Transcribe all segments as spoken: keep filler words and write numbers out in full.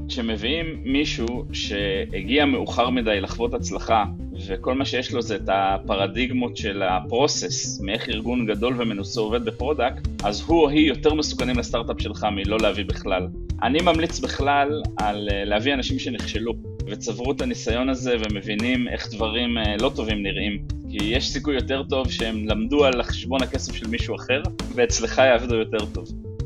כשמביאים מישהו שהגיע מאוחר מדי לחוות הצלחה, וכל מה שיש לו זה את הפרדיגמות של הפרוסס, מאיך ארגון גדול ומנוסה עובד בפרודקט, אז הוא או היא יותר מסוכנים לסטארט-אפ שלך מלא להביא בכלל. אני ממליץ בכלל על להביא אנשים שנכשלו, וצברו את הניסיון הזה ומבינים איך דברים לא טובים נראים. כי יש סיכוי יותר טוב שהם למדו על חשבון הכסף של מישהו אחר, ואצלך יעבדו יותר טוב.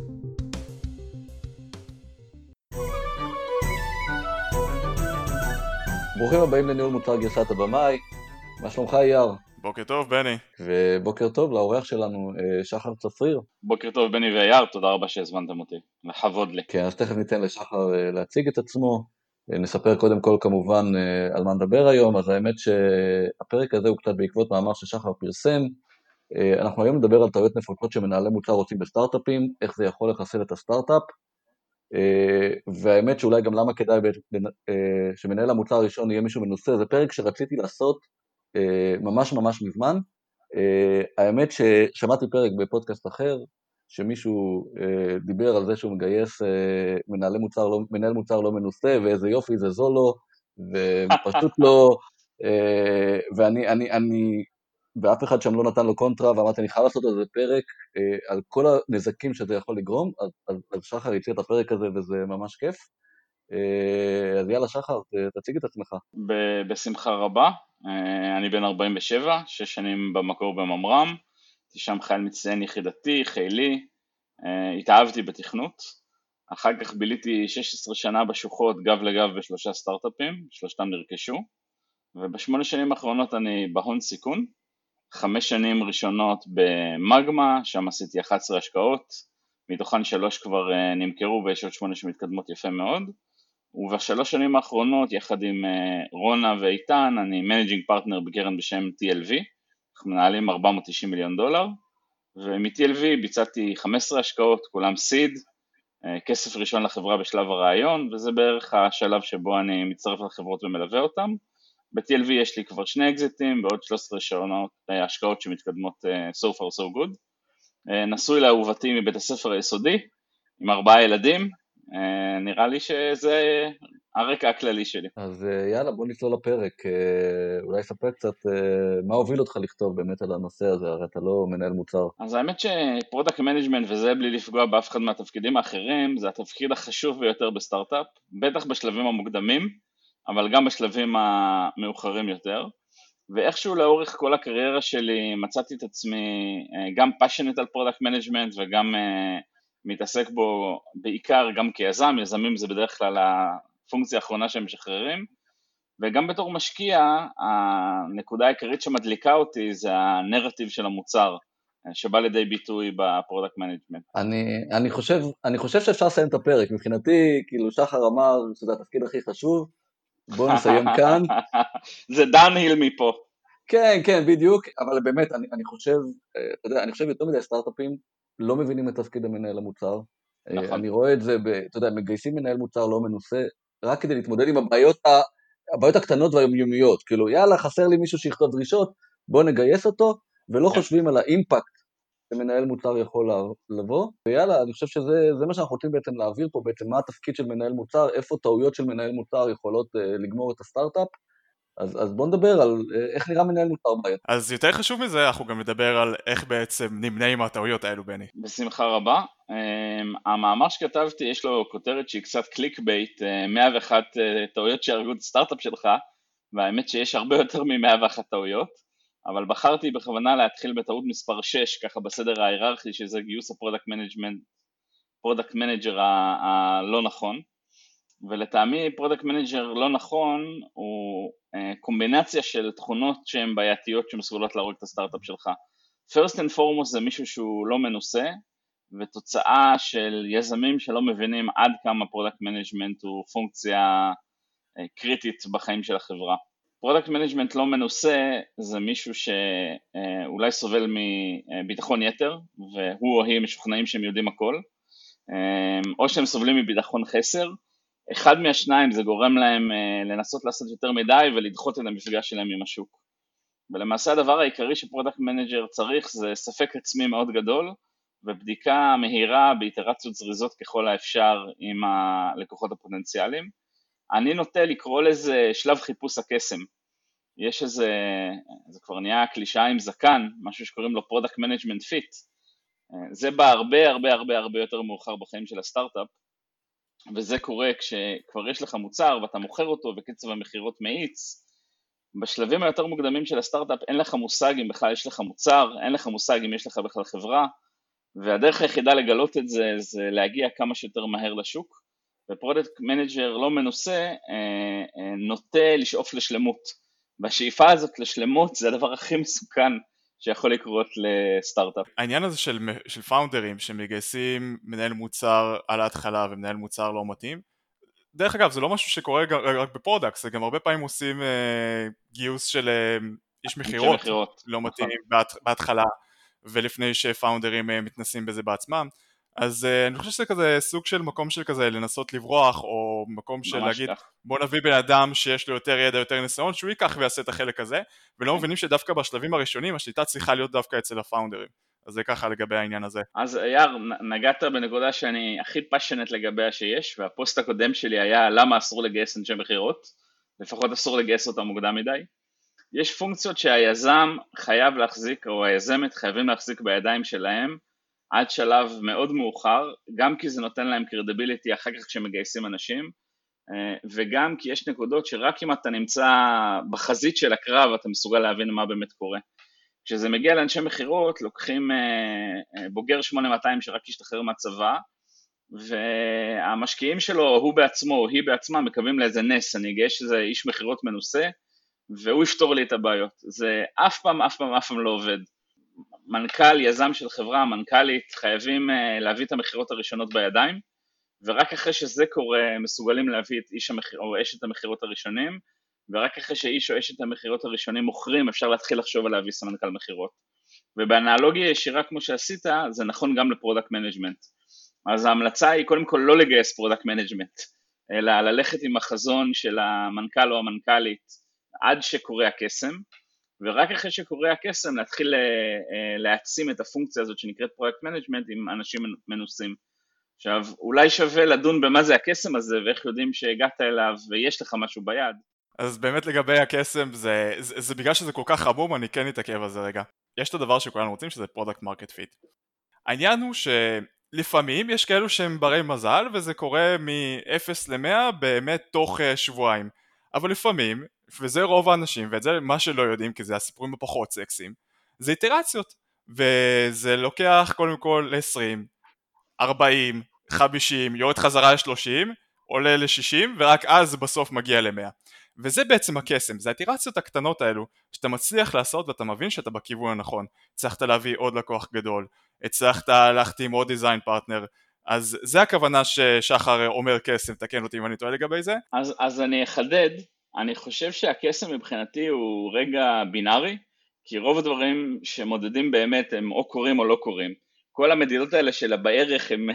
ברוכים הבאים לניהול מוצר גרסת הבמאי, מה שלומך אייר? בוקר טוב בני. ובוקר טוב לאורח שלנו שחר צפריר. בוקר טוב בני ואייר, תודה רבה שהזמנתם אותי, לכבוד לי. כן, אז תכף ניתן לשחר להציג את עצמו, נספר קודם כל כמובן על מה נדבר היום. אז האמת שהפרק הזה הוא קצת בעקבות מאמר ששחר פרסם. אנחנו היום נדבר על טעויות נפוצות שמנהלי מוצר רוצים בסטארט-אפים, איך זה יכול לחסל את הסטארט-אפ, והאמת שאולי גם למה כדאי שמנהל המוצר הראשון יהיה מישהו מנוסה. זה פרק שרציתי לעשות ממש ממש מזמן. האמת ששמעתי פרק בפודקאסט אחר שמישהו דיבר על זה שהוא מגייס מנהל מוצר לא, מנהל מוצר לא מנוסה, ואיזה יופי זה זולו, ופשוט לא, ואני אני אני ואף אחד שם לא נתן לו קונטרה, ואמרתי אני חייב לעשות על זה פרק על כל הנזקים שזה יכול לגרום. אז, אז, אז שחר הציע את הפרק הזה וזה ממש כיף. אז יאללה שחר, תציג את עצמך. ב- בשמחה רבה. אני בן ארבעים ושבע, שש שנים במקור בממר"ם, שם חייל מצטיין יחידתי, חילי, התאהבתי בתכנות, אחר כך ביליתי שש עשרה שנה בשוחות גב לגב בשלושה סטארט-אפים, שלושתם נרכשו, ובשמונה שנים האחרונות אני בהון סיכון, חמש שנים ראשונות במגמה, שם עשיתי אחת עשרה השקעות, מתוכן שלוש כבר נמכרו ויש עוד שמונה שמתקדמות יפה מאוד, ובשלוש שנים האחרונות יחד עם רונה ואיתן אני מנג'ינג פרטנר בקרן בשם טי אל וי, אנחנו מנהלים ארבע מאות ותשעים מיליון דולר, ומ-טי אל וי ביצעתי חמש עשרה השקעות, כולם סיד, כסף ראשון לחברה בשלב הרעיון, וזה בערך השלב שבו אני מצטרף לחברות ומלווה אותם. ב-טי אל וי יש לי כבר שני אקזיטים, ועוד שלוש עשרה שעונות השקעות שמתקדמות so far so good. נשוי לאהובתי מבית הספר היסודי, עם ארבעה ילדים, נראה לי שזה הרקע הכללי שלי. אז יאללה, בוא נצלול לפרק. אולי ספר קצת מה הוביל אותך לכתוב באמת על הנושא הזה, הרי אתה לא מנהל מוצר. אז האמת שפרודקט מנג'מנט, וזה בלי לפגוע באף אחד מהתפקידים האחרים, זה התפקיד החשוב ביותר בסטארט-אפ, בטח בשלבים המוקדמים, אבל גם בשלבים המאוחרים יותר. ואיכשהו לאורך כל הקריירה שלי מצאתי את עצמי גם passionate על פרודקט מנג'מנט וגם מתעסק בו בעיקר גם כיזם. יזמים זה בדרך כלל הפונקציה האחרונה שהם משחררים, וגם בתור משקיע הנקודה העיקרית שמדליקה אותי זה הנרטיב של המוצר שבא לידי ביטוי בפרודקט מנג'מנט. אני אני חושב אני חושב שאפשר לסיים את הפרק. מבחינתי כאילו שחר אמר שזה התפקיד הכי חשוב, בואו נסיים כאן. זה דאונהיל מפה. כן כן בדיוק, אבל באמת אני אני חושב אתה יודע אני חושב יותר מדי סטארט-אפים לא מבינים את תפקיד המנהל המוצר. נכון. אני רואה את זה, אתה יודע, מגייסים מנהל מוצר לא מנוסה, רק כדי להתמודד עם הבעיות, הבעיות הקטנות והיומיומיות, כאילו יאללה חסר לי מישהו שיכתוב דרישות, בוא נגייס אותו, ולא חושבים על האימפקט שמנהל מוצר יכול לבוא, ויאללה, אני חושב שזה מה שאנחנו רוצים בעצם להעביר פה, בעצם מה התפקיד של מנהל מוצר, איפה טעויות של מנהל מוצר יכולות לגמור את הסטארט-אפ. אז, אז בוא נדבר על איך נראה מנהל מוצר בעיה. אז יותר חשוב מזה, אנחנו גם נדבר על איך בעצם נמנעים מהטעויות האלו, בני. בשמחה רבה. המאמר שכתבתי יש לו כותרת שהיא קצת קליק בייט, מאה ואחת טעויות שהרגו את הסטארט-אפ שלך, והאמת שיש הרבה יותר מ-מאה ואחת טעויות, אבל בחרתי בכוונה להתחיל בטעות מספר שש, ככה בסדר ההיררכי, שזה גיוס הפרודקט מנג'מנט, פרודקט מנג'ר הלא נכון. ולטעמי פרודקט מנג'ר לא נכון הוא קומבינציה של תכונות שהן בעייתיות שמסוגלות להרוג את הסטארט-אפ שלך. First and foremost זה מישהו שהוא לא מנוסה, ותוצאה של יזמים שלא מבינים עד כמה פרודקט מנג'מנט הוא פונקציה קריטית בחיים של החברה. פרודקט מנג'מנט לא מנוסה זה מישהו שאולי סובל מביטחון יתר, והוא או היא משוכנעים שהם יודעים הכל, או שהם סובלים מביטחון חסר. אחד מהשניים זה גורם להם לנסות לעשות יותר מדי ולדחות את המפגש שלהם עם השוק. ולמעשה הדבר העיקרי שפרודקט מנג'ר צריך זה ספק עצמי מאוד גדול, ובדיקה מהירה באיטרציות זריזות ככל האפשר עם הלקוחות הפוטנציאליים. אני נוטה לקרוא לזה שלב חיפוש הקסם. יש איזה, זה כבר נהיה קלישאה עם זקן, משהו שקוראים לו Product Management Fit. זה בא הרבה הרבה הרבה הרבה יותר מאוחר בחיים של הסטארט-אפ, וזה קורה כשכבר יש לך מוצר ואתה מוכר אותו וקצב המחירות מאיץ. בשלבים היותר מוקדמים של הסטארט-אפ אין לך מושג אם בכלל יש לך מוצר, אין לך מושג אם יש לך בכלל חברה, והדרך היחידה לגלות את זה זה להגיע כמה שיותר מהר לשוק, ופרודקט מנג'ר לא מנוסה נוטה לשאוף לשלמות. והשאיפה הזאת לשלמות זה הדבר הכי מסוכן שיכול לקרות לסטארט-אפ. העניין הזה של, של פאונדרים שמגייסים מנהל מוצר על ההתחלה ומנהל מוצר לא מתאים, דרך אגב זה לא משהו שקורה רק בפרודקט, זה גם הרבה פעמים עושים אה, גיוס של אה, איש מחירות לא מתאים בהת, בהתחלה ולפני שפאונדרים אה, מתנסים בזה בעצמם. אז uh, אני חושב שזה כזה סוג של מקום של כזה לנסות לברוח, או מקום של להגיד כך. בוא נביא בן אדם שיש לו יותר ידע, יותר ניסיון, שהוא ייקח ויעשה את החלק הזה, ולא מבינים שדווקא בשלבים הראשונים השליטה צריכה להיות דווקא אצל הפאונדרים. אז זה ככה לגבי העניין הזה. אז יאר, נגעת בנקודה שאני הכי פשנט לגביה שיש, והפוסט הקודם שלי היה למה אסור לגייס אנשי מחירות, לפחות אסור לגייס אותם מוקדם מדי. יש פונקציות שהיזם חייב להחזיק, או היזמת חייבים להחזיק בידיים שלהם, עד שלב מאוד מאוחר, גם כי זה נותן להם קרדיביליטי אחר כך כשמגייסים אנשים, וגם כי יש נקודות שרק אם אתה נמצא בחזית של הקרב, אתה מסוגל להבין מה באמת קורה. כשזה מגיע לאנשי מחירות, לוקחים בוגר שמונה מאתיים שרק ישתחרר מהצבא, והמשקיעים שלו, הוא בעצמו או היא בעצמה, מקווים לאיזה נס, אני אגייש איזה איש מחירות מנוסה, והוא יפתור לי את הבעיות. זה אף פעם, אף פעם, אף פעם לא עובד. מנכ"ל, יזם של חברה, מנכ"לית, חייבים להביא את המחירות הראשונות בידיים, ורק אחרי שזה קורה, מסוגלים להביא את איש המחיר, או אשת המחירות הראשונים, ורק אחרי שאיש או אשת המחירות הראשונים מוכרים, אפשר להתחיל לחשוב על להביא סמנכ"ל מחירות. ובאנלוגיה ישירה כמו שעשית, זה נכון גם לפרודקט מנג'מנט. אז ההמלצה היא קודם כל לא לגייס פרודקט מנג'מנט, אלא ללכת עם החזון של המנכ"ל או המנכ"לית עד שקורה הקסם, ורק אחרי שקורה הקסם להתחיל להעצים את הפונקציה הזאת שנקראת פרויקט מנג'מנט עם אנשים מנוסים. עכשיו, אולי שווה לדון במה זה הקסם הזה ואיך יודעים שהגעת אליו ויש לך משהו ביד. אז באמת לגבי הקסם, זה, זה, זה בגלל שזה כל כך חמום, אני כן אתעכב על זה רגע. יש את הדבר שכולנו רוצים שזה פרודקט מרקט פיט. העניין הוא שלפעמים יש כאלו שהם ברי מזל וזה קורה מ-אפס ל-מאה באמת תוך שבועיים. אבל לפעמים, וזה רוב האנשים, ואת זה מה שלא יודעים, כי זה הסיפורים הפחות סקסיים, זה איטרציות, וזה לוקח קודם כל עשרים, ארבעים, חמישים, יורד חזרה ל-שלושים, עולה ל-שישים, ורק אז בסוף מגיע ל-מאה. וזה בעצם הקסם, זה האיטרציות הקטנות האלו, שאתה מצליח לעשות ואתה מבין שאתה בכיוון הנכון. הצלחת להביא עוד לקוח גדול, הצלחת להחתים עוד דיזיין פרטנר, אז זה הכוונה ששחר אומר קסם, תקן אותי אם אני טועה לגבי זה. אז, אז אני אחדד, אני חושב שהקסם מבחינתי הוא רגע בינארי, כי רוב הדברים שמודדים באמת הם או קורים או לא קורים. כל המדידות האלה של בערך הם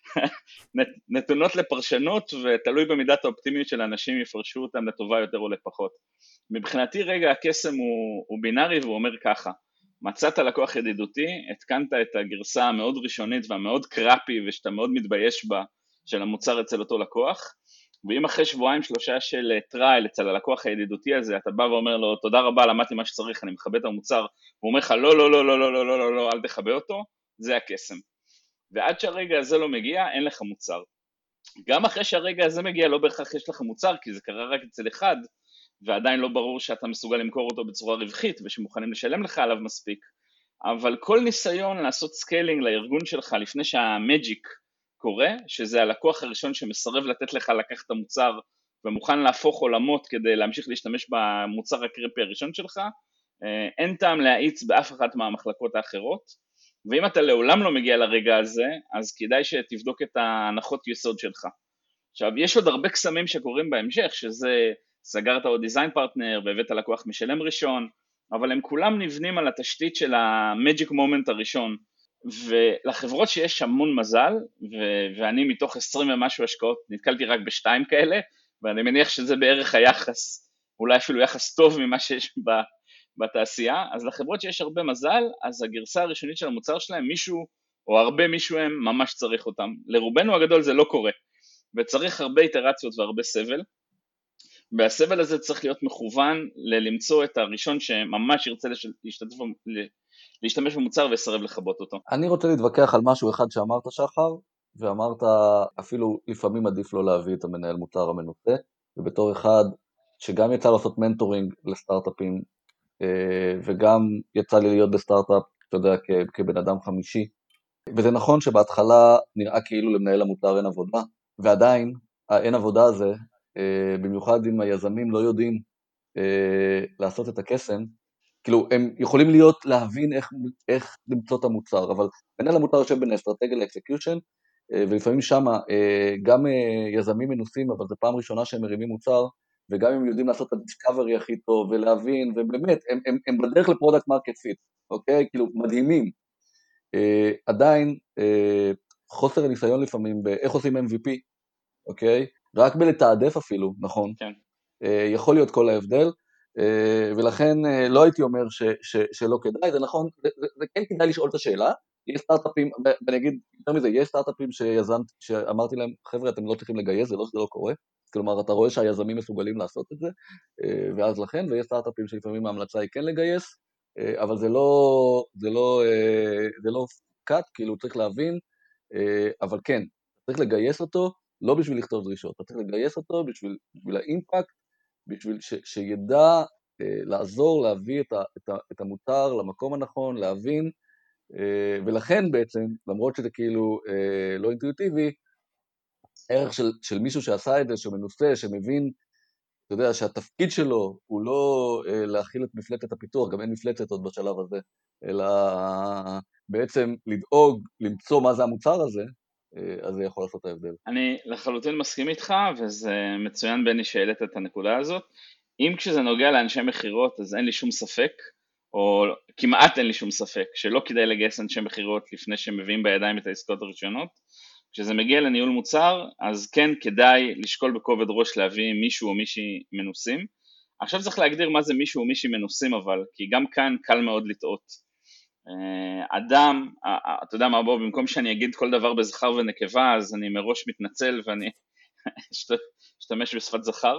נתונות לפרשנות, ותלוי במידת האופטימיות של האנשים יפרשו אותם לטובה יותר או לפחות. מבחינתי רגע הקסם הוא, הוא בינארי והוא אומר ככה, מצאת לקוח ידידותי, התקנת את הגרסה המאוד ראשונית והמאוד קראפי ושאתה מאוד מתבייש בה של המוצר אצל אותו לקוח, ואם אחרי שבועיים שלושה של טרייל אצל הלקוח הידידותי הזה, אתה בא ואומר לו תודה רבה, למדתי מה שצריך, אני מכבה את המוצר, הוא אומר לך לא לא לא לא לא לא לא לא לא אל תכבה אותו, זה הקסם. ועד שהרגע הזה לא מגיע אין לך מוצר. גם אחרי שהרגע הזה מגיע לא בהכרח יש לך מוצר, כי זה קרה רק אצל אחד, ועדיין לא ברור שאתה מסוגל למכור אותו בצורה רווחית ושמוכנים לשלם לך עליו מספיק, אבל כל ניסיון לעשות סקיילינג לארגון שלך לפני שהמג'יק קורה, שזה הלקוח הראשון שמסרב לתת לך לקחת את המוצר ומוכן להפוך עולמות כדי להמשיך להשתמש במוצר הקריפי הראשון שלך, אין טעם להאיץ באף אחת מהמחלקות האחרות, ואם אתה לעולם לא מגיע לרגע הזה, אז כדאי שתבדוק את ההנחות יסוד שלך. עכשיו, יש עוד הרבה קסמים שקורים בהמשך, שזה סגרת עוד דיזיין פרטנר והבאת לקוח משלם ראשון, אבל הם כולם נבנים על התשתית של המג'יק מומנט הראשון, ולחברות שיש המון מזל, ו- ואני מתוך עשרים ומשהו השקעות נתקלתי רק בשתיים כאלה, ואני מניח שזה בערך היחס, אולי אפילו יחס טוב ממה שיש ב- בתעשייה, אז לחברות שיש הרבה מזל, אז הגרסה הראשונית של המוצר שלהם, מישהו או הרבה מישהו הם ממש צריך אותם. לרובנו הגדול זה לא קורה, וצריך הרבה איטרציות והרבה סבל, והסבל הזה צריך להיות מכוון ללמצוא את הראשון שממש ירצה להשתתף, להשתמש במוצר ויסרב לחבות אותו. אני רוצה להתווכח על משהו אחד שאמרת שחר, ואמרת אפילו לפעמים עדיף לא להביא את המנהל מוצר המנוסה, ובתור אחד שגם יצא לעשות מנטורינג לסטארט-אפים, וגם יצא לי להיות בסטארט-אפ, אתה יודע, כבן אדם חמישי, וזה נכון שבהתחלה נראה כאילו למנהל המוצר אין עבודה, ועדיין האין עבודה הזה, במיוחד אם היזמים לא יודעים לעשות את הקסם, כאילו הם יכולים להיות להבין איך, איך למצוא את המוצר, אבל מנהל המוצר יושב בין האסטרטגיה לאקסקיושן, ולפעמים שם גם יזמים מנוסים, אבל זו פעם ראשונה שהם מרימים מוצר, וגם הם יודעים לעשות את הדיסקאברי הכי טוב, ולהבין, ובאמת, הם, הם, הם בדרך לפרודקט מרקט פיט, אוקיי? כאילו, מדהימים. Uh, עדיין, uh, חוסר הניסיון לפעמים באיך עושים אם וי פי, אוקיי? רק בלתעדף אפילו, נכון? כן. Uh, יכול להיות כל ההבדל, uh, ולכן uh, לא הייתי אומר ש, ש, שלא כדאי, זה נכון, זה, זה, זה כן כדאי לשאול את השאלה, יש סטארט-אפים, ואני אגיד יותר מזה, יש סטארט-אפים שיזמת, שאמרתי להם, חבר'ה, אתם לא צריכים לגייס, זה לא שזה לא קורה, כלומר, אתה רואה שהיזמים מסוגלים לעשות את זה, ואז לכן, ויש סטארט-אפים שלפעמים ההמלצה היא כן לגייס, אבל זה לא, זה לא, זה לא קאט, כאילו צריך להבין, אבל כן, צריך לגייס אותו, לא בשביל לכתוב דרישות, אתה צריך לגייס אותו בשביל, בשביל האימפקט, בשביל ש, שידע לעזור, להביא את, ה, את, ה, את המוצר למקום הנכון, להבין, ולכן בעצם, למרות שזה כאילו לא אינטואיטיבי, ערך של, של מישהו שעשה את זה, שמנוסה, שמבין, אתה יודע, שהתפקיד שלו הוא לא אה, להכיל את מפלצת הפיתוח, גם אין מפלצת עוד בשלב הזה, אלא בעצם לדאוג, למצוא מה זה המוצר הזה, אה, אז זה יכול לעשות את ההבדל. אני לחלוטין מסכים איתך, וזה מצוין בני שהעלית את הנקודה הזאת. אם כשזה נוגע לאנשי מחירות, אז אין לי שום ספק, או כמעט אין לי שום ספק, שלא כדאי לגייס אנשי מחירות לפני שמביאים בידיים את העסקאות הראשונות. כשזה מגיע לניהול מוצר, אז כן כדאי לשקול בכובד ראש להביא מישהו או מישהי מנוסים. עכשיו צריך להגדיר מה זה מישהו או מישהי מנוסים, אבל כי גם כאן קל מאוד לטעות. אדם, אתה יודע מה, בוא, במקום שאני אגיד כל דבר בזכר ונקבה, אז אני מראש מתנצל ואני אשתמש בשפת זכר.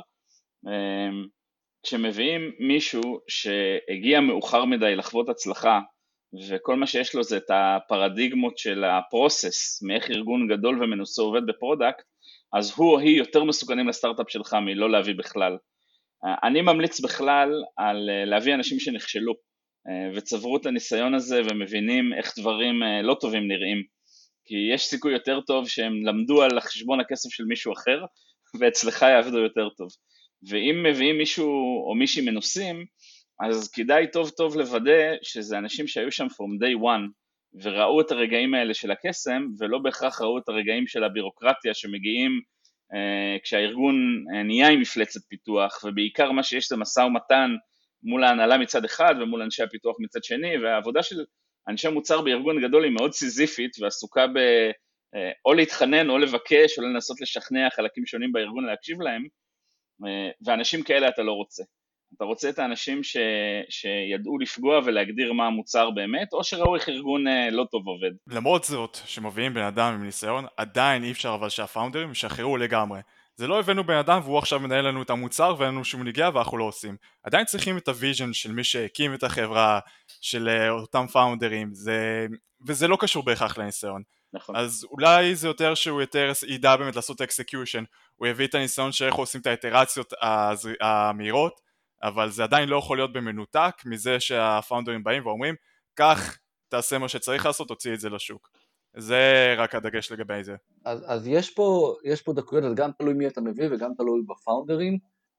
כשמביאים מישהו שהגיע מאוחר מדי לחוות הצלחה, וכל מה שיש לו זה את הפרדיגמות של הפרוסס, מאיך ארגון גדול ומנוסה עובד בפרודקט, אז הוא או היא יותר מסוכנים לסטארט-אפ שלך מלא להביא בכלל. אני ממליץ בכלל על להביא אנשים שנכשלו, וצברו את הניסיון הזה ומבינים איך דברים לא טובים נראים, כי יש סיכוי יותר טוב שהם למדו על חשבון הכסף של מישהו אחר, ואצלך יעבדו יותר טוב. ואם מביאים מישהו או מישהי מנוסים, אז כדאי טוב טוב לוודא שזה אנשים שהיו שם from day one, וראו את הרגעים האלה של הקסם, ולא בהכרח ראו את הרגעים של הבירוקרטיה שמגיעים אה, כשהארגון אה, נהיה עם מפלצת פיתוח, ובעיקר מה שיש זה משא ומתן מול ההנהלה מצד אחד, ומול אנשי הפיתוח מצד שני, והעבודה של אנשי מוצר בארגון גדול היא מאוד סיזיפית, ועסוקה ב... אה, או להתחנן או לבקש, או לנסות לשכנע חלקים שונים בארגון להקשיב להם, אה, ואנשים כאלה אתה לא רוצה. אתה רוצה את האנשים ש... שידעו לפגוע ולהגדיר מה המוצר באמת, או שראו איך ארגון לא טוב עובד. למרות זאת, שמביאים בן אדם עם ניסיון, עדיין אי אפשר אבל שהפאונדרים ישחררו לגמרי. זה לא הבאנו בן אדם והוא עכשיו מנהל לנו את המוצר ואין לנו שום נגיעה ואנחנו לא עושים. עדיין צריכים את הוויז'ן של מי שהקים את החברה, של אותם פאונדרים, זה... וזה לא קשור בהכרח לניסיון. נכון. אז אולי זה יותר שהוא יותר ידע באמת לעשות אקסקיושן, הוא יביא את הניסיון שאיך עושים את האיטרציות המהירות, אבל זה עדיין לא יכול להיות במנותק מזה שהפאונדרים באים ואומרים, כך תעשה מה שצריך לעשות, תוציא את זה לשוק. זה רק הדגש לגבי זה. אז, אז יש פה, יש פה דקויות, אז גם תלוי מי אתה מביא וגם תלוי בפאונדרים,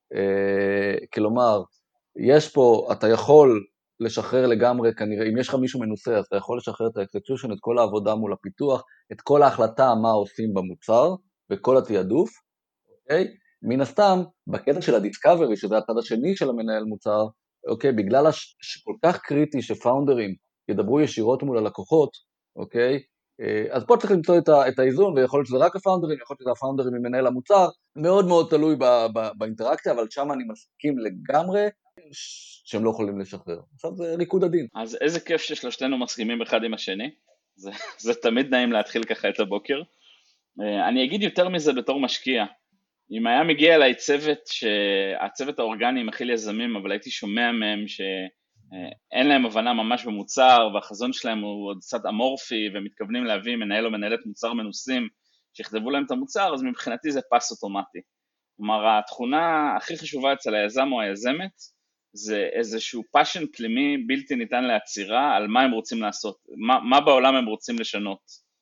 אה, כלומר, יש פה, אתה יכול לשחרר לגמרי, כנראה, אם יש לך מישהו מנוסה, אז אתה יכול לשחרר את האקסקיושן, את כל העבודה מול הפיתוח, את כל ההחלטה מה עושים במוצר, וכל התיעדוף, אוקיי? מן הסתם, בקטע של הדיסקאברי, שזה הצד השני של המנהל מוצר, אוקיי, בגלל שכל כך קריטי שפאונדרים ידברו ישירות מול הלקוחות, אוקיי, אז פה צריך למצוא את, ה, את האיזון, ויכול להיות שזה רק הפאונדרים, יכול להיות שזה הפאונדרים ממנהל המוצר, מאוד מאוד תלוי ב, ב, באינטראקציה, אבל שם אני מסכים לגמרי שהם לא יכולים לשחרר. עכשיו זה ריקוד הדין. אז איזה כיף ששלושתנו מסכימים אחד עם השני. זה, זה תמיד נעים להתחיל ככה את הבוקר. אני אגיד יותר מזה בתור משקיע, אם היה מגיע אליי צוות, שהצוות האורגני מכיל יזמים, אבל הייתי שומע מהם שאין להם הבנה ממש במוצר, והחזון שלהם הוא עוד קצת אמורפי, ומתכוונים להביא מנהל או מנהלת מוצר מנוסים, שיכתבו להם את המוצר, אז מבחינתי זה פס אוטומטי. כלומר, התכונה הכי חשובה אצל היזם או היזמת, זה איזשהו פאשן פנימי בלתי ניתן לעצירה, על מה הם רוצים לעשות, מה, מה בעולם הם רוצים לשנות.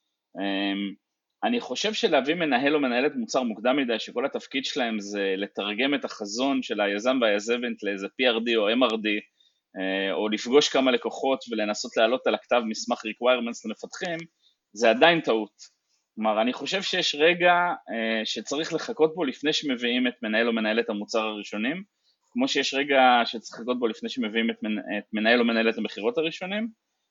אני חושב שלהביא מנהל או מנהלת מוצר מוקדם מדי, שכל התפקיד שלהם זה לתרגם את החזון של היזם והיזמת לאיזה פי אר די או אם אר די, או לפגוש כמה לקוחות ולנסות להעלות על הכתב מסמך requirements למפתחים, זה עדיין טעות. כלומר, אני חושב שיש רגע שצריך לחכות בו לפני שמביאים את מנהל או מנהלת המוצר הראשונים, כמו שיש רגע שצריך לחכות בו לפני שמביאים את מנהל או מנהלת המחירות הראשונים,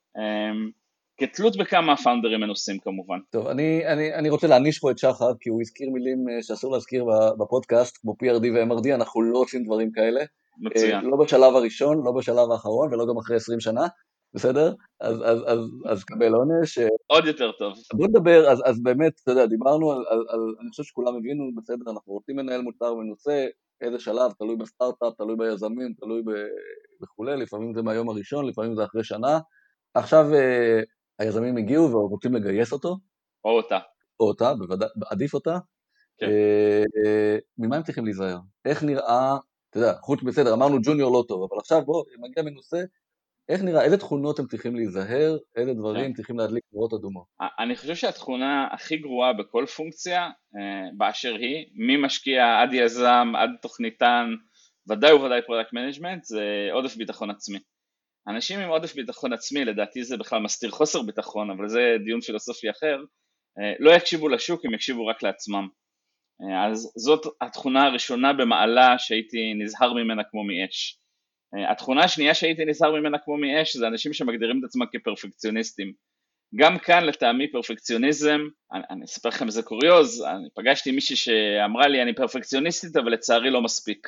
כתלות בכמה הפאונדרים מנוסים כמובן. טוב, אני, אני, אני רוצה להניש פה את שחר, כי הוא הזכיר מילים שאסור להזכיר בפודקאסט, כמו פי אר די ו-אם אר די, אנחנו לא עושים דברים כאלה. מצוין. לא בשלב הראשון, לא בשלב האחרון, ולא גם אחרי עשרים שנה, בסדר? אז, אז, אז, אז קבל עונש. עוד יותר טוב. בוא נדבר, אז, אז באמת, אתה יודע, דיברנו על, על, על, אני חושב שכולם הבינו, בסדר, אנחנו רוצים לנהל מוצר מנוסה, איזה שלב, תלוי בסטארט-אפ, תלוי ביזמים, תלוי בכולי, לפעמים זה מהיום הראשון, לפעמים זה אחרי שנה. עכשיו היזמים הגיעו ורוצים לגייס אותו. או אותה. או אותה, בוודא, עדיף אותה. כן. ממה הם צריכים להיזהר? איך נראה, אתה יודע, חוץ בסדר, אמרנו ג'וניור לא טוב, אבל עכשיו בוא, אם מגיע מנוסה, איך נראה, איזה תכונות הם צריכים להיזהר, איזה דברים צריכים להדליק נורות אדומות? אני חושב שהתכונה הכי גרועה בכל פונקציה, באשר היא, ממשקיע עד יזם, עד תוכניתן, ודאי וודאי פרודקט מנג'מנט, זה עודף ביטחון עצמי. אנשים עם עודף ביטחון עצמי, לדעתי זה בכלל מסתיר חוסר ביטחון, אבל זה דיון פילוסופי אחר, לא יקשיבו לשוק, הם יקשיבו רק לעצמם. אז זאת התכונה הראשונה במעלה שהייתי נזהר ממנה כמו מאש. התכונה השנייה שהייתי נזהר ממנה כמו מאש זה אנשים שמגדירים את עצמם כפרפקציוניסטים. גם כאן לטעמי פרפקציוניזם, אני, אני אספר לכם איזה קוריוז, אני פגשתי מישהי שאמרה לי אני פרפקציוניסטית אבל לצערי לא מספיק.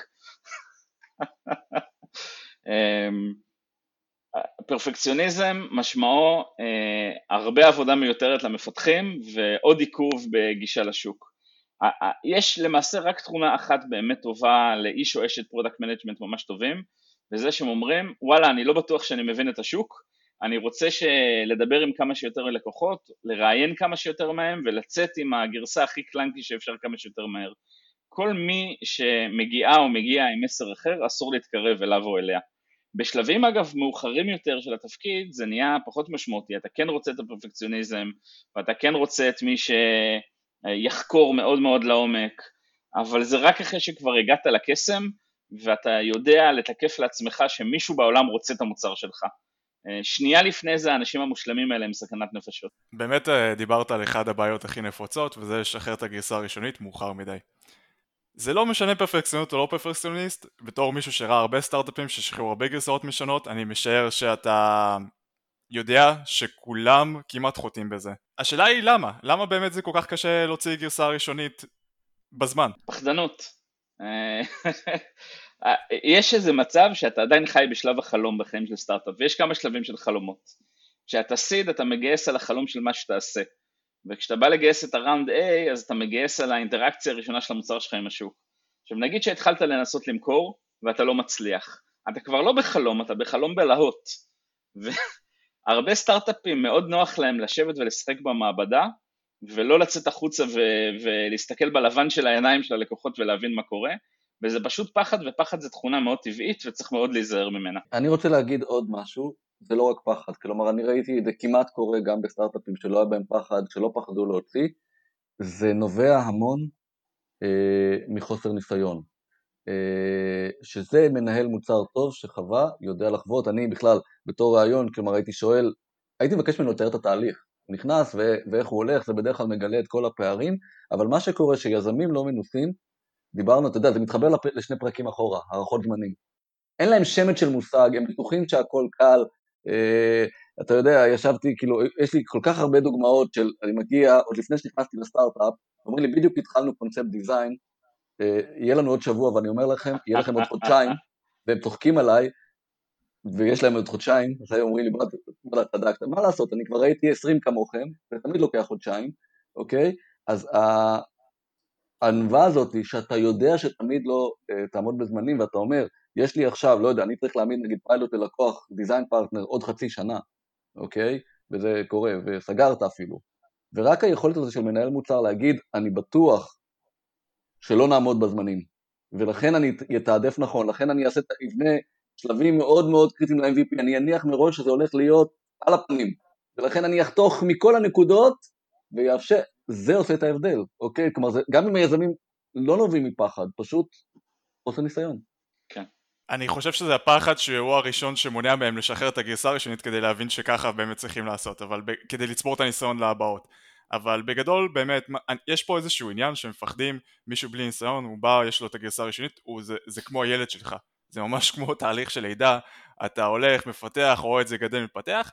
פרפקציוניזם משמעו הרבה עבודה מיותרת למפתחים ועוד עיכוב בגישה לשוק. יש למעשה רק תכונה אחת באמת טובה לאיש או אשת פרודקט מנג'מנט ממש טובים, וזה שהם אומרים, וואלה, אני לא בטוח שאני מבין את השוק, אני רוצה לדבר עם כמה שיותר לקוחות, לראיין כמה שיותר מהם, ולצאת עם הגרסה הכי קלנקי שאפשר כמה שיותר מהר. כל מי שמגיעה או מגיע עם מסר אחר, אסור להתקרב אליו או אליה. בשלבים אגב מאוחרים יותר של התפקיד, זה נהיה פחות משמעותי, אתה כן רוצה את הפרפקציוניזם, ואתה כן רוצה את מי שיחקור מאוד מאוד לעומק, אבל זה רק אחרי שכבר הגעת לקסם, ואתה יודע לתקף לעצמך שמישהו בעולם רוצה את המוצר שלך. שנייה לפני זה, האנשים המושלמים האלה הם סכנת נפשות. באמת דיברת על אחד הבעיות הכי נפוצות, וזה לשחרר את הגרסה הראשונית מאוחר מדי. זה לא משנה פרפקציונות או לא פרפקציוניסט, בתור מישהו שראה הרבה סטארט-אפים ששחררו הרבה גרסאות משנות, אני משער שאתה יודע שכולם כמעט חוטאים בזה. השאלה היא למה? למה באמת זה כל כך קשה להוציא גרסה ראשונית בזמן? פחדנות. יש איזה מצב שאתה עדיין חי בשלב החלום בחיים של סטארט-אפ, ויש כמה שלבים של חלומות. כשאתה סיד אתה מגייס על החלום של מה שתעשה, וכשאתה בא לגייס את הראונד A, אז אתה מגייס על האינטראקציה הראשונה של המוצר שלך עם השוק. עכשיו נגיד שהתחלת לנסות למכור, ואתה לא מצליח. אתה כבר לא בחלום, אתה בחלום בלהות. והרבה סטארט-אפים מאוד נוח להם לשבת ולשחק במעבדה, ולא לצאת החוצה ו- ולהסתכל בלבן של העיניים של הלקוחות ולהבין מה קורה, וזה פשוט פחד, ופחד זה תכונה מאוד טבעית, וצריך מאוד להיזהר ממנה. אני רוצה להגיד עוד משהו, זה לא רק פחד, כלומר אני ראיתי את זה כמעט קורה גם בסטארט-אפים שלא היה בהם פחד, שלא פחדו להוציא, זה נובע המון אה, מחוסר ניסיון, אה, שזה מנהל מוצר טוב שחווה, יודע לחוות, אני בכלל בתור רעיון, כלומר הייתי שואל, הייתי מבקש ממנו לתאר את התהליך, הוא נכנס ו- ואיך הוא הולך, זה בדרך כלל מגלה את כל הפערים, אבל מה שקורה שיזמים לא מנוסים, דיברנו, אתה יודע, זה מתחבר לשני פרקים אחורה, הערכות זמנים. אין להם שמץ של מושג, הם בטוחים שהכל קל, אה, אתה יודע, ישבתי, כאילו, יש לי כל כך הרבה דוגמאות של, אני מגיע, עוד לפני שנכנסתי לסטארט-אפ, אומרים לי, בדיוק התחלנו קונספט דיזיין, אה, יהיה לנו עוד שבוע, ואני אומר לכם, יהיה לכם עוד חודשיים, והם צוחקים עליי, ויש להם עוד חודשיים, אז היו אומרים לי, בוא תדקת, מה לעשות, אני כבר ראיתי עשרים כמוכם, זה תמיד לוקח חודשיים, אוקיי? אז הענווה הזאת, שאתה יודע שתמיד לא uh, תעמוד בזמנים, ואתה אומר, יש לי עכשיו, לא יודע, אני צריך להעמיד נגיד פיילוט ללקוח, דיזיין פרטנר, עוד חצי שנה, אוקיי? וזה קורה, וסגרת אפילו. ורק היכולת הזה של מנהל מוצר להגיד, אני בטוח שלא נעמוד בזמנים, ולכן אני אתעדף נכון, לכן אני אעשה, אבנה שלבים מאוד מאוד קריטיים ל-אם וי פי, אני אניח מראש שזה הולך להיות על הפנים, ולכן אני אחתוך מכל הנקודות, ויאפשר, זה עושה את ההבדל, אוקיי? כלומר, זה, גם אם היזמים לא נובעים מפחד, פשוט עושה ניסיון. כן. אני חושב שזה הפחד שהוא הראשון שמונע מהם לשחרר את הגרסה הראשונית כדי להבין שככה באמת צריכים לעשות, אבל ב- כדי לצבור את הניסיון להבאות. אבל בגדול באמת יש פה איזשהו עניין שמפחדים, מישהו בלי ניסיון, הוא בא, יש לו את הגרסה הראשונית, הוא, זה, זה כמו הילד שלך, זה ממש כמו תהליך של לידה, אתה הולך, מפתח, רואה את זה גדל מפתח,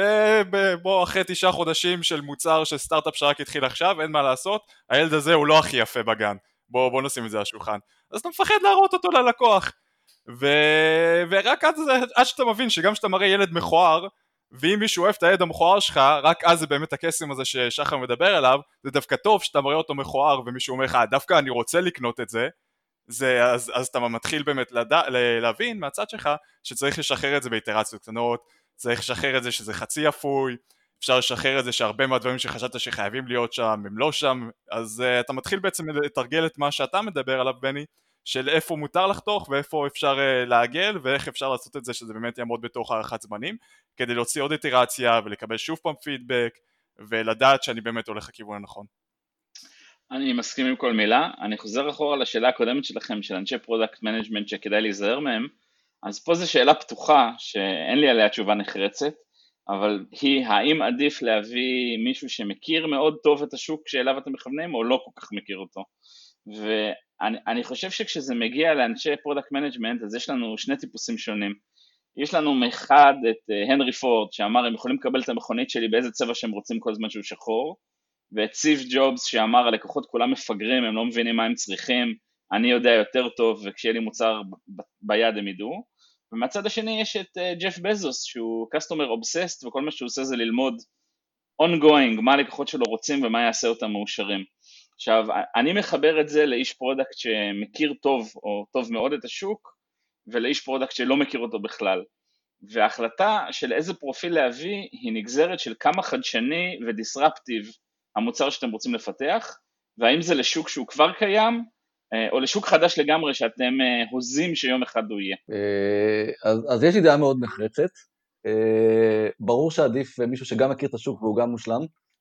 ובוא אחרי תשעה חודשים של מוצר של סטארט-אפ שרק התחיל עכשיו, אין מה לעשות, הילד הזה הוא לא הכי יפה בגן, בוא, בוא נשים את זה על השולחן, אז אתה מפחד להראות אותו ללקוח, ו... ורק אז, עד שאתה מבין שגם שאתה מראה ילד מכוער, ואם מישהו אוהב את הילד המכוער שלך, רק אז זה באמת הקסם הזה ששחר מדבר עליו, זה דווקא טוב שאתה מראה אותו מכוער ומישהו אומר לך, דווקא אני רוצה לקנות את זה, זה אז, אז אתה מתחיל באמת לדע, להבין מהצד שלך שצריך לשחרר את זה באיטרציות קטנות, צריך לשחרר את זה שזה חצי אפוי, אפשר לשחרר את זה שהרבה מהדברים שחשבת שחייבים להיות שם הם לא שם, אז uh, אתה מתחיל בעצם לתרגל את מה שאתה מדבר עליו בני, של איפה מותר לחתוך ואיפה אפשר uh, לעגל ואיך אפשר לעשות את זה שזה באמת יעמוד בתוך הערכת זמנים, כדי להוציא עוד איטרציה ולקבל שוב פעם פידבק ולדעת שאני באמת הולך לכיוון הנכון. אני מסכים עם כל מילה. אני חוזר אחורה לשאלה הקודמת שלכם, של אנשי פרודקט מנג'מנט שכדאי להיזהר מהם. אז פה זו שאלה פתוחה, שאין לי עליה תשובה נחרצת, אבל היא, האם עדיף להביא מישהו שמכיר מאוד טוב את השוק שאליו אתם מכוונים, או לא כל כך מכיר אותו. ואני אני חושב שכשזה מגיע לאנשי פרודקט מנג'מנט, אז יש לנו שני טיפוסים שונים. יש לנו מאחד את הנרי פורד, שאמר, הם יכולים לקבל את המכונית שלי באיזה צבע שהם רוצים כל זמן שהוא שחור, ואת סיב ג'ובס שאמר, הלקוחות כולם מפגרים, הם לא מבינים מה הם צריכים, אני יודע יותר טוב, וכשיהיה לי מוצר ב- ביד הם ידעו. ומהצד השני יש את uh, ג'ף בזוס, שהוא customer obsessed, וכל מה שהוא עושה זה ללמוד ongoing, מה הלקוחות שלו רוצים ומה יעשה אותם מאושרים. עכשיו, אני מחבר את זה לאיש פרודקט שמכיר טוב, או טוב מאוד את השוק, ולאיש פרודקט שלא מכיר אותו בכלל. וההחלטה של איזה פרופיל להביא, היא נגזרת של כמה חדשני ודיסרפטיב המוצר שאתם רוצים לפתח, והאם זה לשוק שהוא כבר קיים, או לשוק חדש לגמרי שאתם הוזים שיום אחד הוא יהיה. אז, אז יש לי דעה מאוד נחרצת, ברור שעדיף מישהו שגם מכיר את השוק והוא גם מושלם,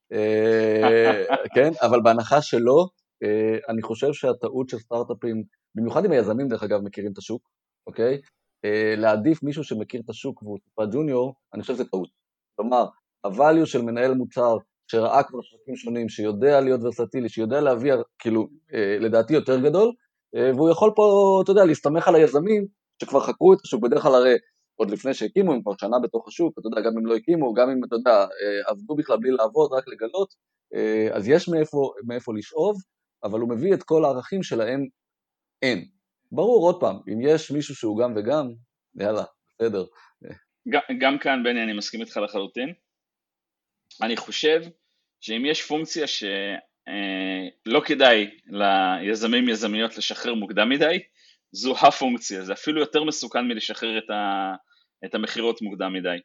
כן, אבל בהנחה שלא, אני חושב שהטעות של סטארט-אפים, במיוחד אם היזמים דרך אגב מכירים את השוק, אוקיי? להעדיף מישהו שמכיר את השוק והוא טיפה ג'וניור, אני חושב שזה טעות. כלומר, הvalue של מנהל מוצר שראה כבר שווקים שונים, שיודע להיות ורסטילי, שיודע להביא, כאילו, לדעתי יותר גדול, והוא יכול פה, אתה יודע, להסתמך על היזמים שכבר חקרו את השוק, בדרך כלל הרי עוד לפני שהקימו, הם כבר שנה בתוך השוק, אתה יודע, גם אם לא הקימו, גם אם, אתה יודע, עבדו בכלל בלי לעבוד, רק לגלות, אז יש מאיפה, מאיפה לשאוב, אבל הוא מביא את כל הערכים שלהם אין. ברור, עוד פעם, אם יש מישהו שהוא גם וגם, יאללה, בסדר. גם, גם כאן, בני, אני מסכים איתך לחלוטין. אני חושב שאם יש פונקציה שלא כדאי ליזמים יזמיות לשחרר מוקדם מדי, זו הפונקציה, זה אפילו יותר מסוכן מלשחרר את, ה, את המחירות מוקדם מדי.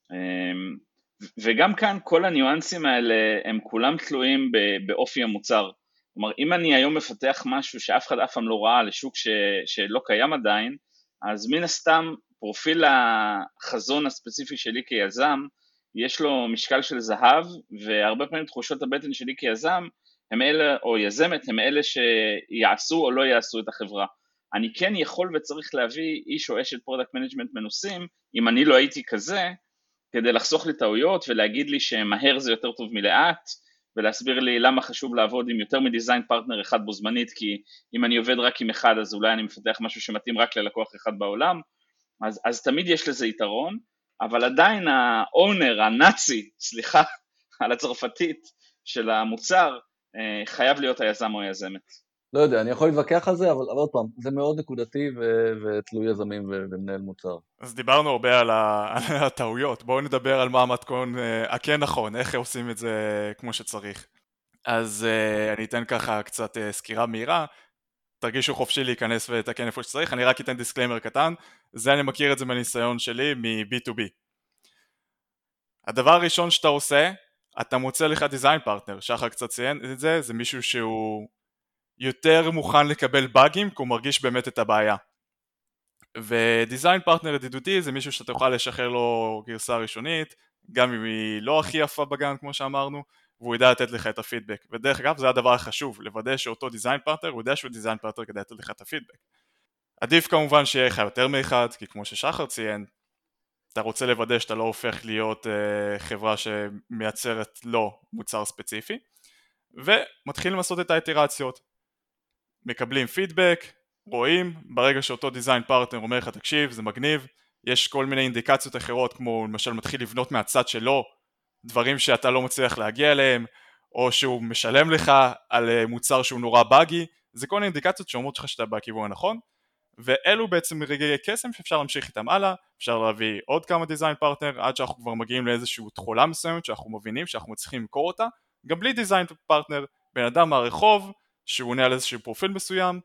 וגם כאן כל הניואנסים האלה הם כולם תלויים באופי המוצר. כלומר, אם אני היום מפתח משהו שאף אחד אף פעם לא ראה לשוק ש, שלא קיים עדיין, אז מן הסתם פרופיל החזון הספציפי שלי כיזם, יש לו משקל של זהב, והרבה פעמים תחושות הבטן שלי כיזם, הם אלה, או יזמת, הם אלה שיעשו או לא יעשו את החברה. אני כן יכול וצריך להביא איש או אשת פרודקט מנג'מנט מנוסים, אם אני לא הייתי כזה, כדי לחסוך לי טעויות ולהגיד לי שמהר זה יותר טוב מלאט, ולהסביר לי למה חשוב לעבוד עם יותר מדיזיין פרטנר אחד בו זמנית, כי אם אני עובד רק עם אחד, אז אולי אני מפתח משהו שמתאים רק ללקוח אחד בעולם, אז, אז תמיד יש לזה יתרון, אבל עדיין האונר, הנאצי, סליחה, על הצרפתית של המוצר, חייב להיות היזם או היזמת. לא יודע, אני יכול להתווכח על זה, אבל, אבל עוד פעם, זה מאוד נקודתי ו- ותלוי יזמים ו- ומנהל מוצר. אז דיברנו הרבה על, ה... על הטעויות, בואו נדבר על מה המתכון uh, הכן נכון, איך עושים את זה כמו שצריך. אז uh, אני אתן ככה קצת uh, סקירה מהירה, תרגישו חופשי להיכנס ולתקן איפה שצריך, אני רק אתן דיסקליימר קטן, זה אני מכיר את זה מהניסיון שלי מ-בי טו בי. הדבר הראשון שאתה עושה, אתה מוצא לך דיזיין פרטנר, שחר קצת ציין את זה, זה מישהו שהוא יותר מוכן לקבל באגים, כי הוא מרגיש באמת את הבעיה. ודיזיין פרטנר ידידותי זה מישהו שאתה יכול לשחרר לו גרסה ראשונית, גם אם היא לא הכי יפה בגן כמו שאמרנו, והוא ידע לתת לך את הפידבק. ודרך אגב זה הדבר החשוב, לוודא שאותו דיזיין פרטנר, הוא יודע שהוא דיזיין פרטנר כדי לתת לך את הפידבק. עדיף כמובן שיהיה לך יותר מאחד, כי כמו ששחר ציין, אתה רוצה לוודא שאתה לא הופך להיות uh, חברה שמייצרת לו מוצר ספציפי, ומתחילים לעשות את האיטרציות. מקבלים פידבק, רואים, ברגע שאותו דיזיין פרטנר אומר לך תקשיב זה מגניב, יש כל מיני אינדיקציות אחרות כמו למשל מתחיל לבנות מהצד שלו דברים שאתה לא מצליח להגיע אליהם, או שהוא משלם לך על מוצר שהוא נורא באגי, זה כל מיני אינדיקציות שאומרות לך שאתה בכיוון הנכון, ואלו בעצם רגעי קסם שאפשר להמשיך איתם הלאה, אפשר להביא עוד כמה דיזיין פרטנר עד שאנחנו כבר מגיעים לאיזשהו תחולה מסוימת שאנחנו מבינים שאנחנו מצליחים למכור אותה, גם בלי דיזיין פרטנר, בן אדם מהרחוב שהוא עונה על איזשהו פרופיל מסוים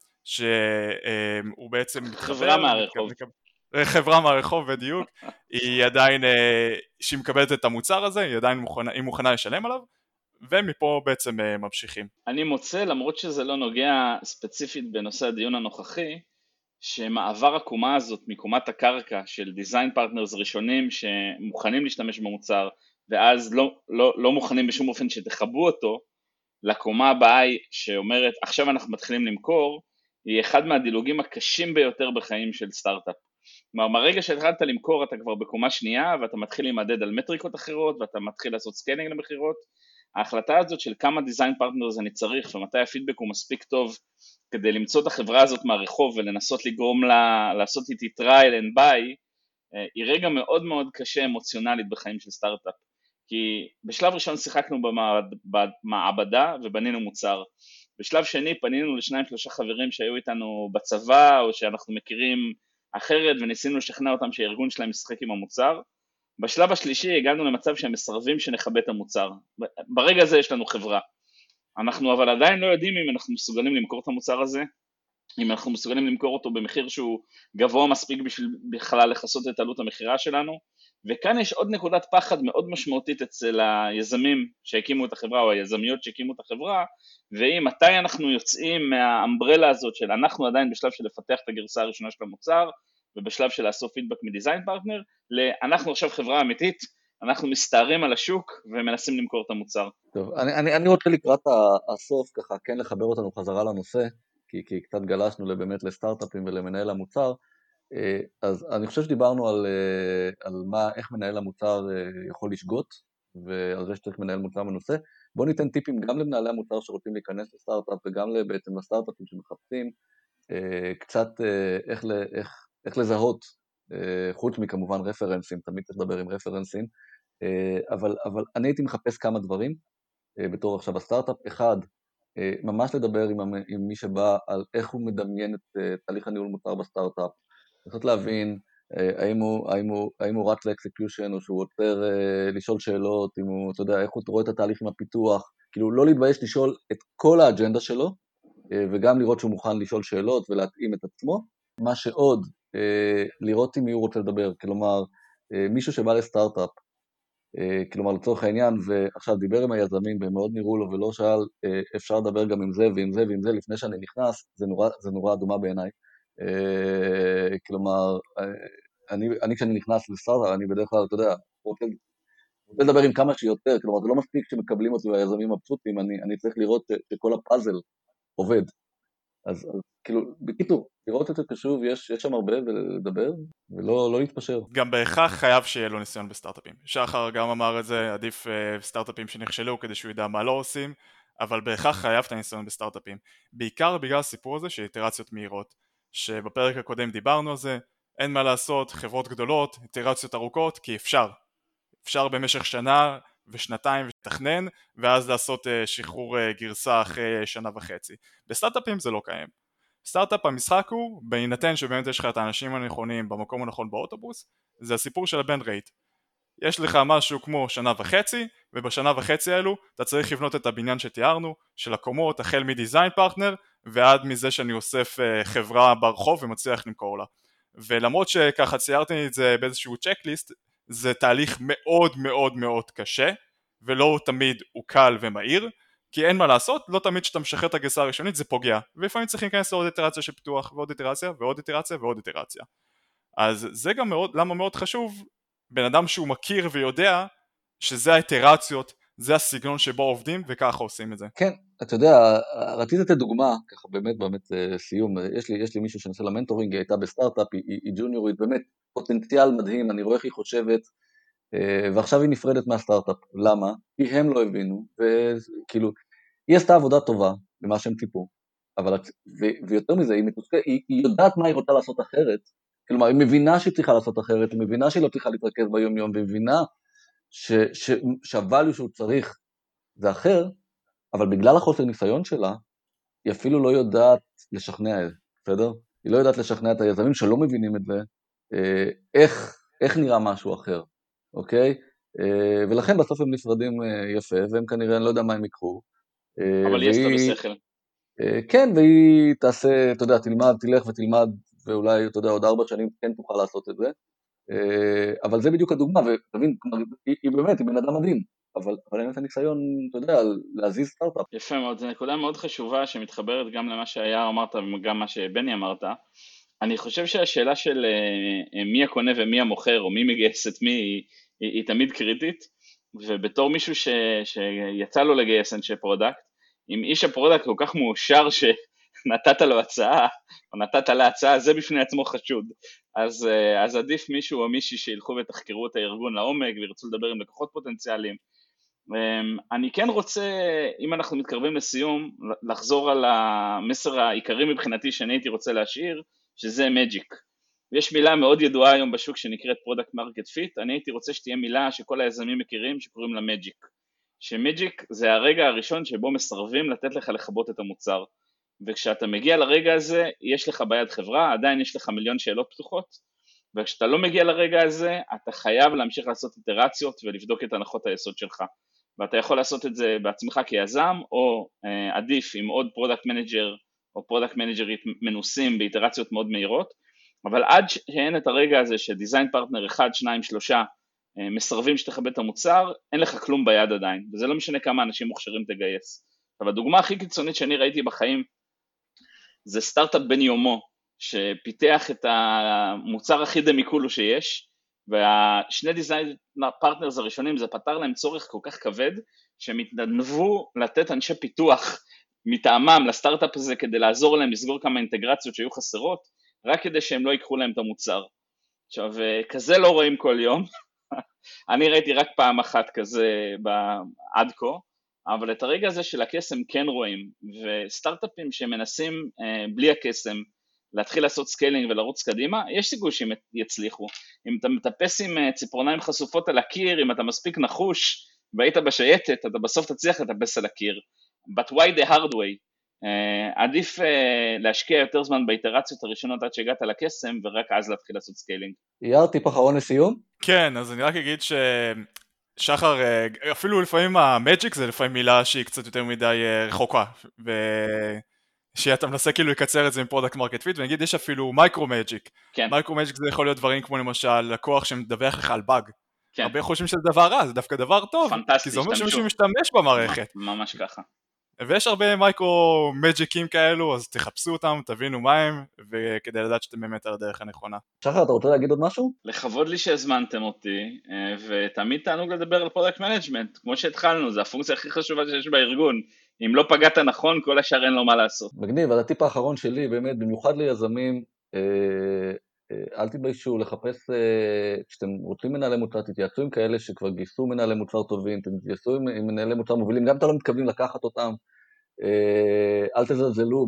שהוא בעצם חברה מהרחוב, חברה מהרחוב בדיוק, היא עדיין, שהיא מקבלת את המוצר הזה, היא עדיין מוכנה, היא מוכנה לשלם עליו, ומפה בעצם ממשיכים. אני מוצא, למרות שזה לא נוגע ספציפית בנושא הדיון הנוכחי, שמעבר הקומה הזאת מקומת הקרקע של דיזיין פרטנרס ראשונים שמוכנים להשתמש במוצר ואז לא, לא, לא מוכנים בשום אופן שתחבו אותו, לקומה הבאה שאומרת עכשיו אנחנו מתחילים למכור, היא אחד מהדילוגים הקשים ביותר בחיים של סטארט-אפ. כלומר, ברגע שהתחלת למכור אתה כבר בקומה שנייה ואתה מתחיל להימדד על מטריקות אחרות ואתה מתחיל לעשות סקיילינג למחירות. ההחלטה הזאת של כמה דיזיין פרטנרס אני צריך ומתי הפידבק הוא מספיק טוב כדי למצוא את החברה הזאת מהרחוב ולנסות לגרום לה, לעשות איתי trial and buy, היא רגע מאוד מאוד קשה אמוציונלית בחיים של סטארט-אפ. כי בשלב ראשון שיחקנו במעבדה ובנינו מוצר. בשלב שני פנינו לשניים שלושה חברים שהיו איתנו בצבא או שאנחנו מכירים אחרת וניסינו לשכנע אותם שהארגון שלהם משחק עם המוצר. בשלב השלישי הגענו למצב שהם מסרבים שנחבא את המוצר. ברגע הזה יש לנו חברה. אנחנו אבל עדיין לא יודעים אם אנחנו מסוגלים למכור את המוצר הזה, אם אנחנו מסוגלים למכור אותו במחיר שהוא גבוה מספיק בשביל בכלל לחסות את עלות המחירה שלנו, וכאן יש עוד נקודת פחד מאוד משמעותית אצל היזמים שהקימו את החברה או היזמיות שהקימו את החברה, והיא מתי אנחנו יוצאים מהאמברלה הזאת של אנחנו עדיין בשלב של לפתח את הגרסה הראשונה של המוצר, ובשלב של לאסוף פידבק מדיזיין פרטנר, לאנחנו עכשיו חברה אמיתית, אנחנו מסתערים על השוק ומנסים למכור את המוצר. טוב, אני, אני, אני רוצה לקראת הסוף ככה כן לחבר אותנו חזרה לנושא, כי, כי קצת גלשנו באמת לסטארט-אפים ולמנהל המוצר, אז אני חושב שדיברנו על, על מה, איך מנהל המוצר יכול לשגות, ועל זה שצריך מנהל מוצר מנוסה. בואו ניתן טיפים גם למנהלי המוצר שרוצים להיכנס לסטארט-אפ, וגם בעצם לסטארט-אפים שמחפשים, קצת איך, איך, איך לזהות, חוץ מכמובן רפרנסים, תמיד צריך לדבר עם רפרנסים, אבל, אבל אני הייתי מחפש כמה דברים, בתור עכשיו הסטארט-אפ. אחד, ממש לדבר עם, עם מי שבא על איך הוא מדמיין את תהליך הניהול מוצר בסטארט-אפ, לנסות להבין האם הוא, האם הוא, האם הוא רץ לאקסקיושן או שהוא עוצר לשאול שאלות, אם הוא, אתה יודע, איך הוא רואה את התהליך עם הפיתוח, כאילו לא להתבייש לשאול את כל האג'נדה שלו, וגם לראות שהוא מוכן לשאול שאלות ולהתאים את עצמו. מה שעוד, לראות עם מי הוא רוצה לדבר, כלומר, מישהו שבא לסטארט-אפ, כלומר לצורך העניין, ועכשיו דיבר עם היזמים והם מאוד נראו לו ולא שאל, אפשר לדבר גם עם זה ועם זה ועם זה לפני שאני נכנס, זה נורא, זה נורא אדומה בעיניי. כלומר, אני, אני כשאני נכנס לסטארט-אפ, אני בדרך כלל, אתה יודע, רוצה, רוצה לדבר עם כמה שיותר, כלומר זה לא מספיק שמקבלים אותי והיזמים מבסוטים, אני, אני צריך לראות שכל הפאזל עובד. אז, אז כאילו, בקיצור, לראות את זה קשוב, יש, יש שם הרבה ולדבר, ולא לא להתפשר. גם בהכרח חייב שיהיה לו ניסיון בסטארט-אפים. שחר גם אמר את זה, עדיף uh, סטארט-אפים שנכשלו כדי שהוא ידע מה לא עושים, אבל בהכרח חייב את הניסיון בסטארט-אפים. בעיקר בגלל הסיפור הזה של איטרציות מהירות, שבפרק הקודם דיברנו על זה, אין מה לעשות, חברות גדולות, איטרציות ארוכות, כי אפשר. אפשר במשך שנה ושנתיים ותכנן, ואז לעשות שחרור גרסה אחרי שנה וחצי. בסטארט-אפים זה לא קיים. סטארט-אפ המשחק הוא, בהינתן שבאמת יש לך את האנשים הנכונים במקום הנכון באוטובוס, זה הסיפור של הבן רייט. יש לך משהו כמו שנה וחצי, ובשנה וחצי האלו אתה צריך לבנות את הבניין שתיארנו, של הקומות, החל מדיזיין פרטנר, ועד מזה שאני אוסף חברה ברחוב ומצליח למכור לה. ולמרות שככה ציירתי את זה באיזשהו צ'קליסט, זה תהליך מאוד מאוד מאוד קשה, ולא תמיד הוא קל ומהיר, כי אין מה לעשות, לא תמיד שאתה משחרר את הגרסה הראשונית זה פוגע, ולפעמים צריכים להיכנס לעוד איטרציה של פיתוח, ועוד איטרציה, ועוד איטרציה, ועוד איטרציה. אז זה גם מאוד, למה מאוד חשוב, בן אדם שהוא מכיר ויודע שזה האיטרציות, זה הסגנון שבו עובדים וככה עושים את זה. כן, אתה יודע, רציתי לתת דוגמה, ככה באמת, באמת סיום, יש לי, יש לי מישהו שנעשה לה מנטורינג, היא הייתה בסטארט-אפ, היא, היא ג'וניורית, באמת פוטנציאל מדהים, אני רואה איך היא חושבת, ועכשיו היא נפרדת מהסטארט-אפ, למה? כי הם לא הבינו, וכאילו, היא עשתה עבודה טובה במה שהם טיפו, אבל, ו, ויותר מזה, היא, מתוסק, היא, היא יודעת מה היא רוצה לעשות אחרת, כלומר, היא מבינה שהיא צריכה לעשות אחרת, היא מבינה שהיא לא צריכה להתרכז ביום יום, והיא מבינה ש, ש, שהvalue שהוא צריך זה אחר, אבל בגלל החוסר ניסיון שלה, היא אפילו לא יודעת לשכנע, בסדר? היא לא יודעת לשכנע את היזמים שלא מבינים את זה, איך, איך נראה משהו אחר, אוקיי? ולכן בסוף הם נפרדים יפה, והם כנראה, אני לא יודע מה הם יקחו. אבל יש לה בשכל. כן, והיא תעשה, אתה יודע, תלמד, תלך ותלמד, ואולי, אתה יודע, עוד ארבע שנים כן תוכל לעשות את זה, אבל זה בדיוק הדוגמה, ותבין, היא, היא באמת, היא בן אדם מדהים, אבל, אבל אין את הניסיון, אתה יודע, להזיז סטארט-אפ. יפה מאוד, זו נקודה מאוד חשובה שמתחברת גם למה שהיה אמרת וגם מה שבני אמרת. אני חושב שהשאלה של מי הקונה ומי המוכר או מי מגייס את מי היא, היא, היא תמיד קריטית, ובתור מישהו ש, שיצא לו לגייס אנשי פרודקט, אם איש הפרודקט כל כך מאושר שנתת לו הצעה, או נתת לה הצעה, זה בפני עצמו חשוד, אז, אז עדיף מישהו או מישהי שילכו ותחקרו את הארגון לעומק וירצו לדבר עם לקוחות פוטנציאליים. אני כן רוצה, אם אנחנו מתקרבים לסיום, לחזור על המסר העיקרי מבחינתי שאני הייתי רוצה להשאיר, שזה מג'יק. יש מילה מאוד ידועה היום בשוק שנקראת פרודקט מרקט פיט, אני הייתי רוצה שתהיה מילה שכל היזמים מכירים שקוראים לה מג'יק. שמג'יק זה הרגע הראשון שבו מסרבים לתת לך לחבות את המוצר, וכשאתה מגיע לרגע הזה, יש לך ביד חברה, עדיין יש לך מיליון שאלות פתוחות, וכשאתה לא מגיע לרגע הזה, אתה חייב להמשיך לעשות איטרציות ולבדוק את הנחות היסוד שלך. ואתה יכול לעשות את זה בעצמך כיזם, או אה, עדיף עם עוד פרודקט מנג'ר או פרודקט מנג'רית מנוסים באיטרציות מאוד מהירות, אבל עד שאין את הרגע הזה שדיזיין פרטנר אחד, שניים, שלושה אה, מסרבים שתכבד את המוצר, אין לך כלום ביד עדיין, וזה לא משנה כמה אנשים מוכשרים תגייס. אבל הדוגמה הכי קיצונית שאני ראיתי בחיים, זה סטארט-אפ בן יומו, שפיתח את המוצר הכי דמיקולו שיש, והשני דיזיין פרטנרס הראשונים זה פתר להם צורך כל כך כבד, שהם התנדבו לתת אנשי פיתוח מטעמם לסטארט-אפ הזה, כדי לעזור להם לסגור כמה אינטגרציות שהיו חסרות, רק כדי שהם לא ייקחו להם את המוצר. עכשיו, כזה לא רואים כל יום, אני ראיתי רק פעם אחת כזה עד כה, אבל את הרגע הזה של הקסם כן רואים, וסטארט-אפים שמנסים בלי הקסם, להתחיל לעשות סקיילינג ולרוץ קדימה, יש סיכוי שהם יצליחו. אם אתה מטפס עם ציפורניים חשופות על הקיר, אם אתה מספיק נחוש והיית בשייטת, אתה בסוף תצליח לטפס על הקיר. But why the hard way? Uh, עדיף uh, להשקיע יותר זמן באיטרציות הראשונות עד שהגעת לקסם, ורק אז להתחיל לעשות סקיילינג. יאיר, טיפ אחרון לסיום? כן, אז אני רק אגיד ששחר, אפילו לפעמים המג'יק זה לפעמים מילה שהיא קצת יותר מדי רחוקה, ו... שאתה מנסה כאילו לקצר את זה עם פרודקט מרקט פיט, ואני אגיד יש אפילו מייקרו מג'יק. כן. מייקרו מג'יק זה יכול להיות דברים כמו למשל לקוח שמדווח לך על באג. כן. הרבה חושבים שזה דבר רע, זה דווקא דבר טוב. פנטסטי, כי זה אומר שמישהו משתמש במערכת. ממש ככה. ויש הרבה מייקרו מג'יקים כאלו, אז תחפשו אותם, תבינו מה הם, וכדי לדעת שאתם באמת על הדרך הנכונה. שחר, אתה רוצה להגיד עוד משהו? לכבוד לי שהזמנתם אותי, ותמיד תענוג לדבר על פרודקט מנג'מנט, כמו שהתחלנו, זה הפונקציה הכי חשובה שיש בארגון. אם לא פגעת נכון, כל השאר אין לו מה לעשות. מגניב, אבל הטיפ האחרון שלי, באמת, במיוחד ליזמים, אל תתביישו לחפש, כשאתם רוצים מנהלי מוצר, תתייעצו עם כאלה שכבר גייסו מנהלי מוצר טובים, תתייעצו עם מנהלי מוצר מובילים, גם אם אתם לא מתכוונים לקחת אותם, אל תזלזלו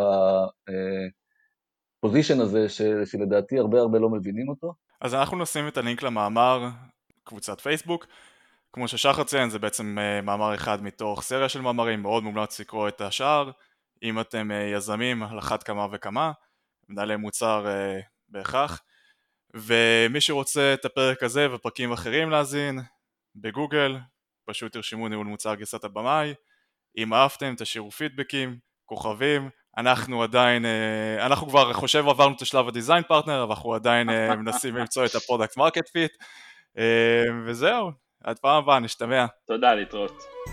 בפוזישן הזה, שלדעתי הרבה הרבה לא מבינים אותו. אז אנחנו נשים את הלינק למאמר, קבוצת פייסבוק, כמו ששחר ציין, זה בעצם מאמר אחד מתוך סריה של מאמרים, מאוד מומלץ לקרוא את השאר. אם אתם יזמים, על אחת כמה וכמה, מנהלי מוצר בהכרח. ומי שרוצה את הפרק הזה ופרקים אחרים להזין, בגוגל, פשוט תרשמו ניהול מוצר גרסת הבמאי. אם אהבתם, תשאירו פידבקים, כוכבים. אנחנו עדיין, אנחנו כבר חושב עברנו את השלב הדיזיין פרטנר, אבל אנחנו עדיין מנסים למצוא את הפרודקט מרקט פיט. וזהו, עד פעם הבאה, נשתמע. תודה, להתראות.